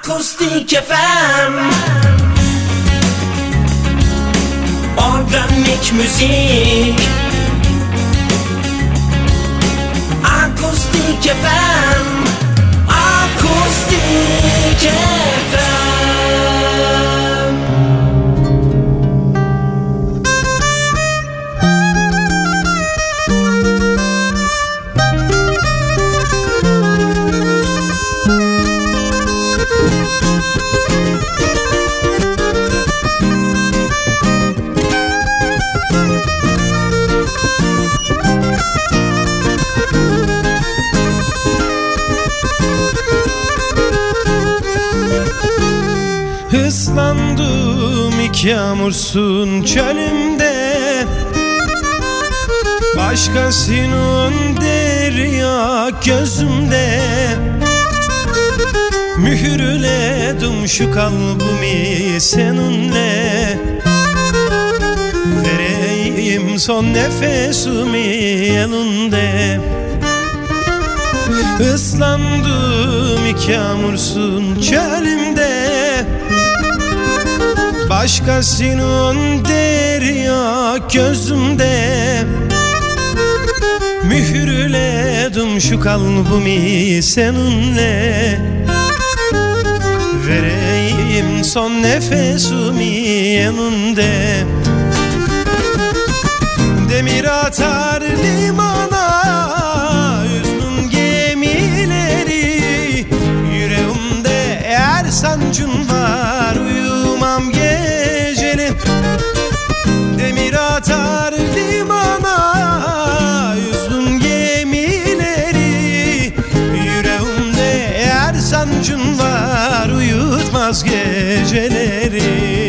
Akustik FM, organik müzik. Akustik FM, Akustik FM. Islandım iki yağmursun çölümde, başkasının derya gözümde. Mühürledim şu kalbimi seninle, vereyim son nefesimi elinde. Islandım iki yağmursun çölümde, başkasının derya gözümde. Mühürledim şu kalbimi seninle, vereyim son nefesimi yanında. Demir atar limana hüznün gemileri, yüreğimde eğer sancın var uyumam gecenin. Demir atar limana hüznün gemileri, yüreğimde eğer sancın var uyutmaz geceleri.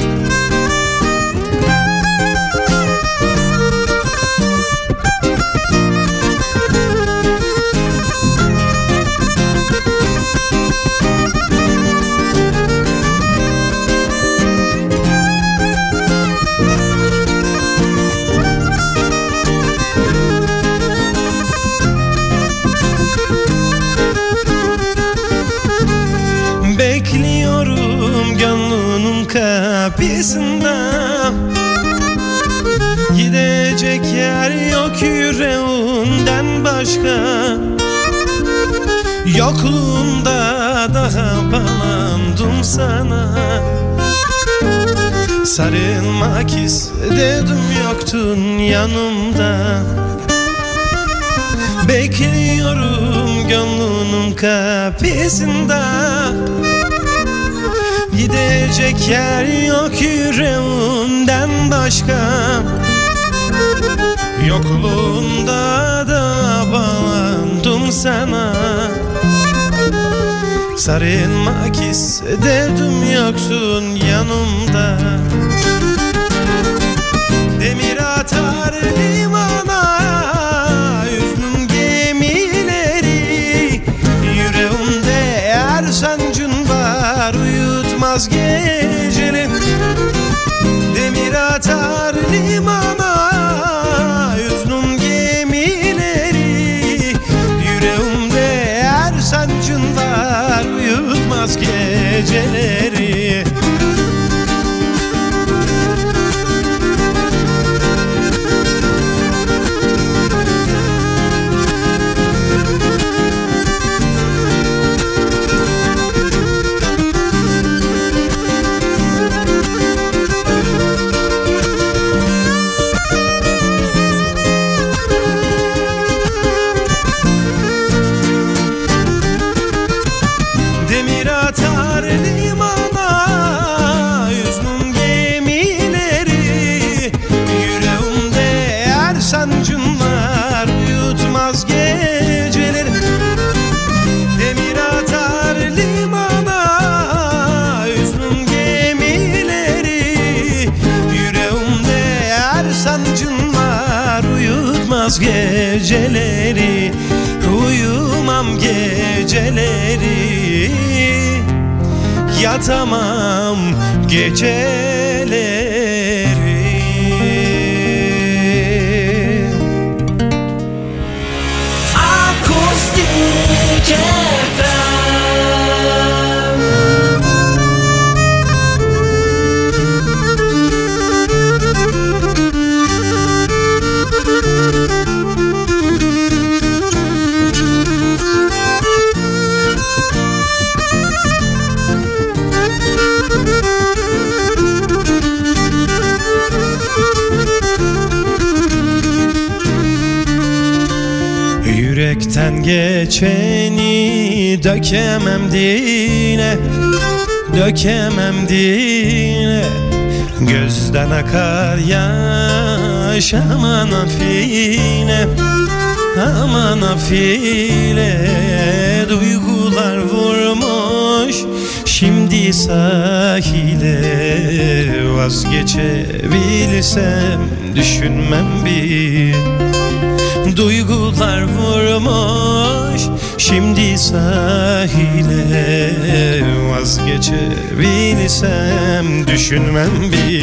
Bekliyorum gönlünün kapısında, gidecek yer yok yüreğinden başka. Yokluğunda daha bağlandım sana, sarılmak istedim yoktun yanımda. Bekliyorum gönlünün kapısında, gidecek yer yok yüreğinden başka. Yokluğunda da bağlandım sana, sarılmak istedim yoksun yanımda. Demir atar limana hüznün gemileri, yüreğimde eğer sancın var uyutmaz gecenin. Demir atar limana hüznün gemileri, yüreğimde eğer sancın var uyutmaz geceleri. Demir atar limana hüznün gemileri, yüreğimde eğer sancın var uyutmaz geceleri. Demir atar limana hüznün gemileri, yüreğimde eğer sancın var uyutmaz geceleri. Uyumam geceleri, yatamam geceleri. Akustik FM. Dilden geçeni dökemem dile, dökemem dile. Gözden akar yaş aman afile, aman afile. Duygular vurmuş şimdi sahile. Vazgeçebilsem düşünmem bir. Duygular vurmuş şimdi sahile. Vazgeçebilsem düşünmem bir.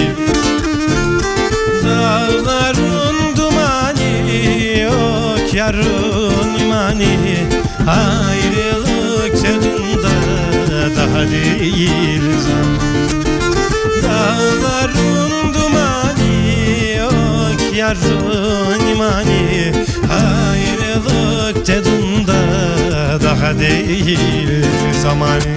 Dağların dumanı yok yarın imani. Ayrılık tadında daha değil zaman. Dağların dumanı yok yarın imani. Ayrılık tadında daha değil zamanı.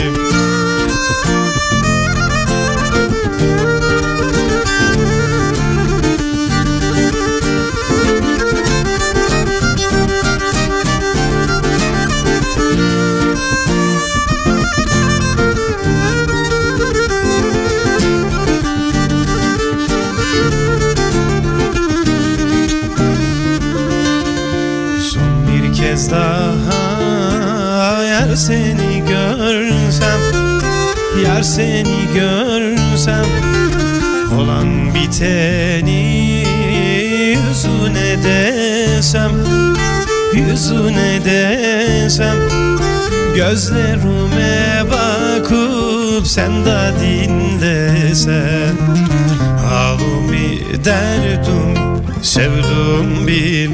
Kez daha yar seni görsem, yar seni görsem. Olan biteni yüzüne desem, yüzüne desem. Gözlerime bakıp sen de dinlesen. Halimi derdim sevdim bil.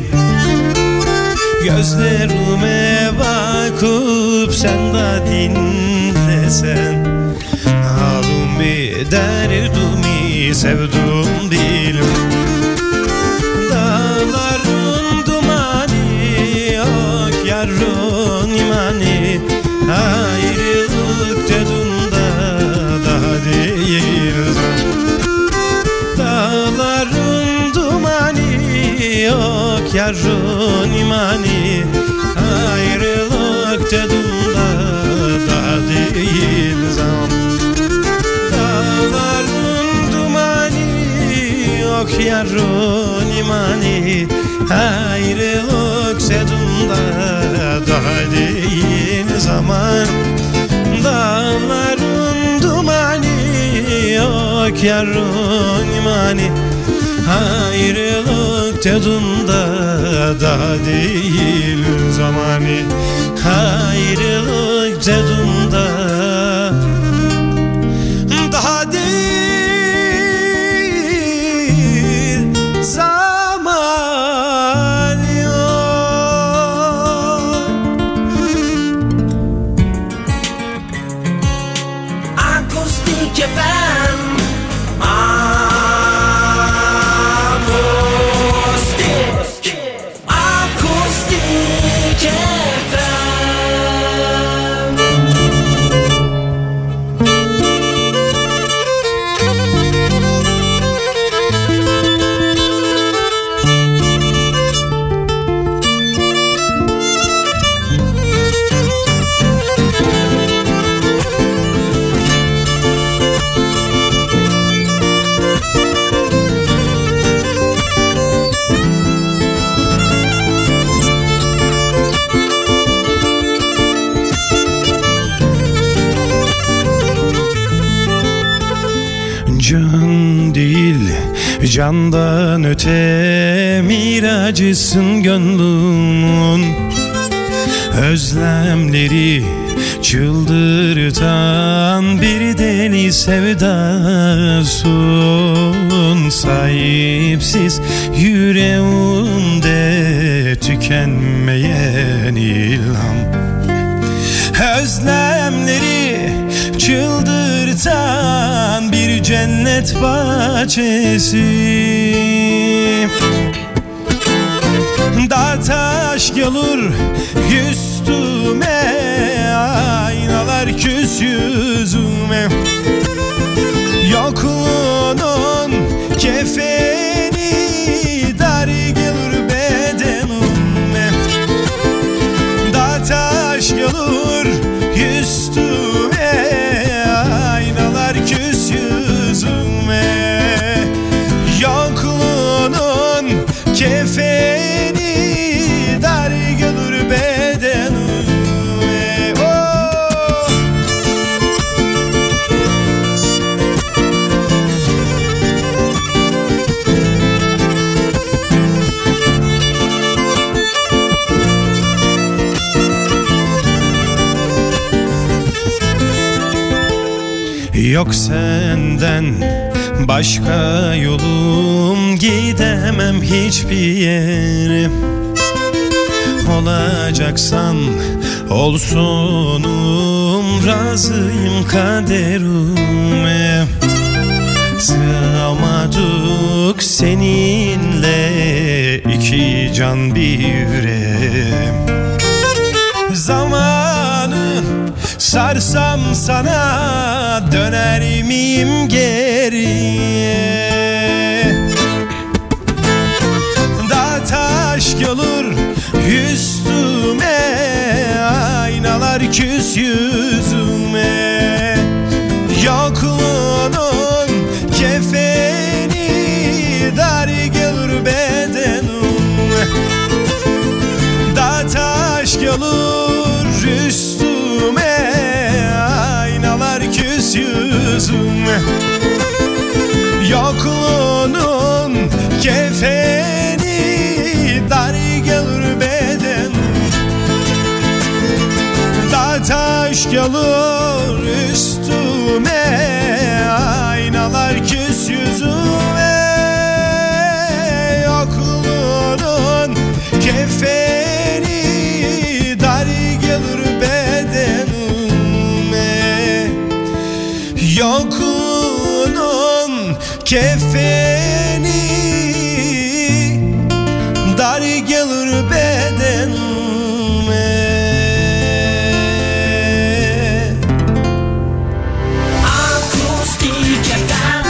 Gözlerime bakıp sen de dinlesen. Halimi derdimi sevdim dilim. Dağların dumanı yok yarın imani. Ayrılık tadında daha değil. Dağların dumanı yok yarın imani. Ayrılık tadında daha değil zaman. Dağların dumanı yok yarın imani. Ayrılık tadında daha değil zaman. Dağların dumanı yok yarın imani. Ayrılık tadında daha değil zamanı. Ayrılık tadında daha değil zaman yok. Akustik FM. Can değil candan öte miracısın gönlümün. Özlemleri çıldırtan bir deli sevdasın. Sahipsiz yüreğimde tükenmeyen ilham. Özlemleri çıldırtan bir cennet bahçesi. Dağ taş gelir üstüme, aynalar küs yüzüme. Yokluğunun kefeni dar gelir bedenime. Yok senden başka yolum, gidemem hiçbir yere. Olacaksan olsunum, razıyım kaderime. Sığamadık seninle iki can bir yüreğe. Zamanı sarsam sana, döner miyim geriye? Dağ taş olur üstüme, aynalar küs yüzüme. Yokluğunun kefeni dar gelir bedenime. Dağ taş olur üstüme, aynalar küs yüzüme. Yokluğunun kefeni dar gelir beden. Dağ taş gelir üstüme, aynalar küs yüzüme. Yokluğunun kefeni dar gelir bedenime. Yokluğunun kefeni dar gelir bedenime. Akustik FM.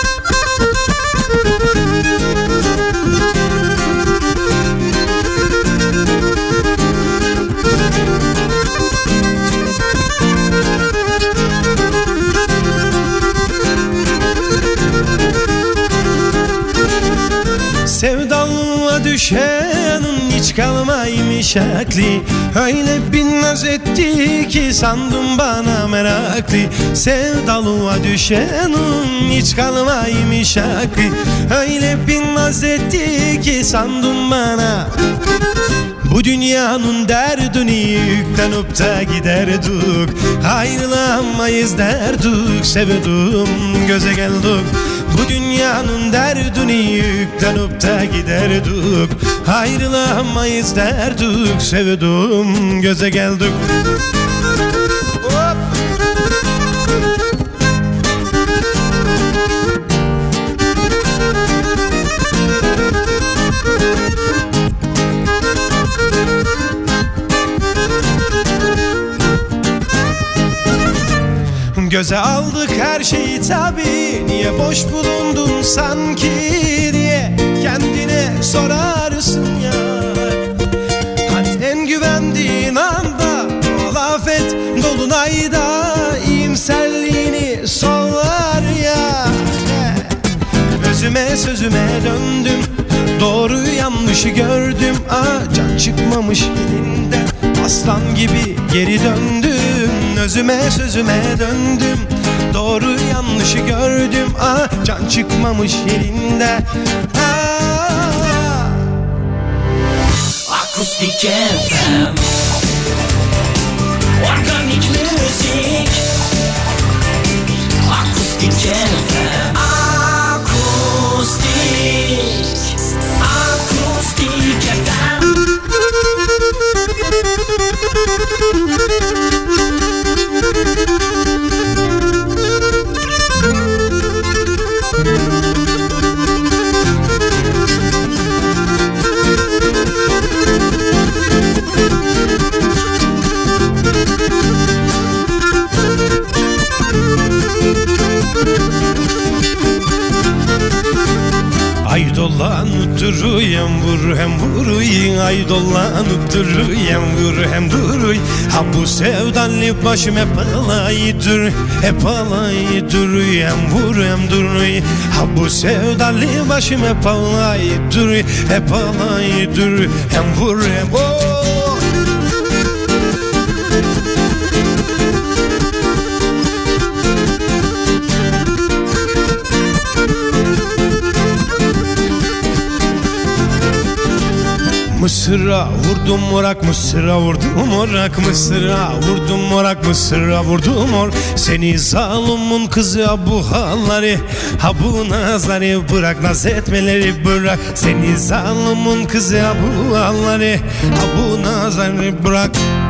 Sevdalığa düşenin hiç kalmaymış akli. Öyle bir naz etti ki sandım bana meraklı. Sevdalığa düşenin hiç kalmaymış akli. Öyle bir naz etti ki sandım bana. Bu dünyanın derdini yüklenip de giderdik. Ayrılamayız derdik, sevdim göze geldik. Bu dünyanın derdini yüklenip de giderdik. Ayrılamayız derdik, sevdim göze geldik. Hop! Göze aldık her şeyi tabii, niye boş bulundun sanki diye kendine sorarsın ya. Hani en güvendiğin anda o afet dolunayda iyimserliğini sorar ya. Özüme sözüme döndüm, doğru yanlışı gördüm. Can çıkmamış elinden, aslan gibi geri döndüm. Özüme sözüme döndüm, doğru yanlışı gördüm. Can çıkmamış yerinde. Akustik FM. Organik müzik. Akustik FM. Akustik FM. Ay dolanıp duruyor, vur hem vuruy. Ay dolanıp duruyor, vur hem duruy. Ha bu sevdalı başım hep alaydır, hep alaydır. Hem vur hem duruy. Ha bu sevdalı başım hep alaydır, hep alaydır. Hem vur hem Mısır mısıra vurdum orak mısıra vurdum orak mısıra vurdum orak mısıra vurdum or. Seni zalimin kızı bu halleri ha bu nazları bırak naz etmeleri bırak. Seni zalimin kızı bu halleri ha bu nazları bırak.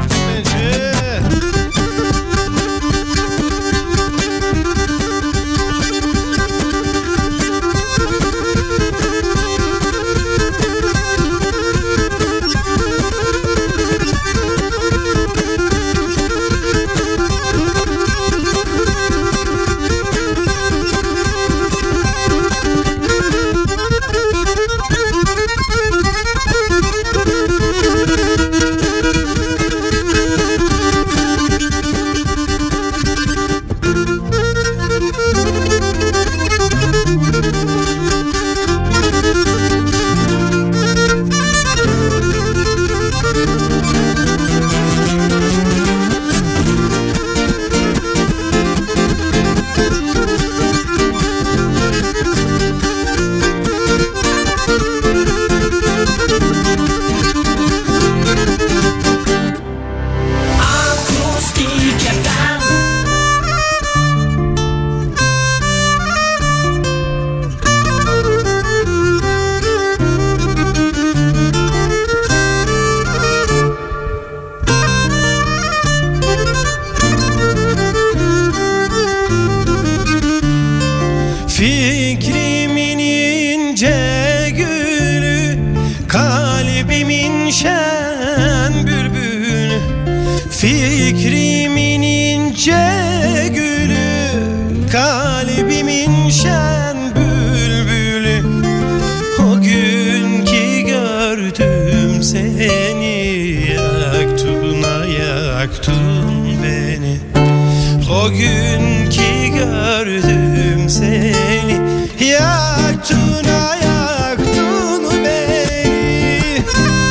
Fikrimin ince gülü, kalbimin şen bülbülü. Fikrimin ince gülü, kalbimin şen bülbülü. O gün ki gördüm seni, yaktın yaktın beni. O gün ki gördüm seni, yaktın yaktın beni.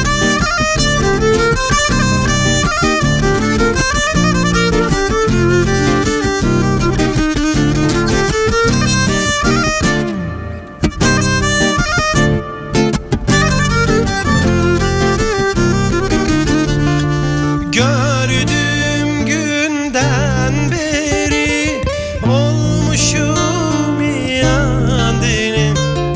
Gördüğüm günden beri olmuşum yandım.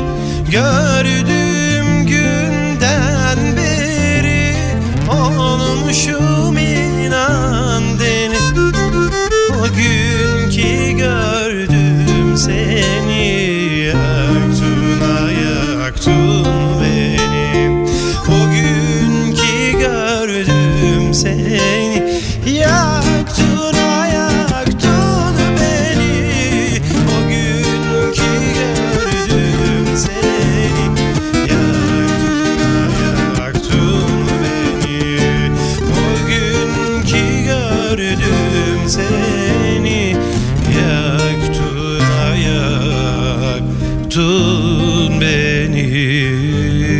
Gördüğüm günden beri olmuşum inandım. O gün ki gördüm seni, yaktın yaktın beni. O gün ki gördüm seni, yaktın yaktın beni. O gün ki gördüm seni, yaktın yaktın beni. O gün ki gördüm seni, yaktın yaktın beni.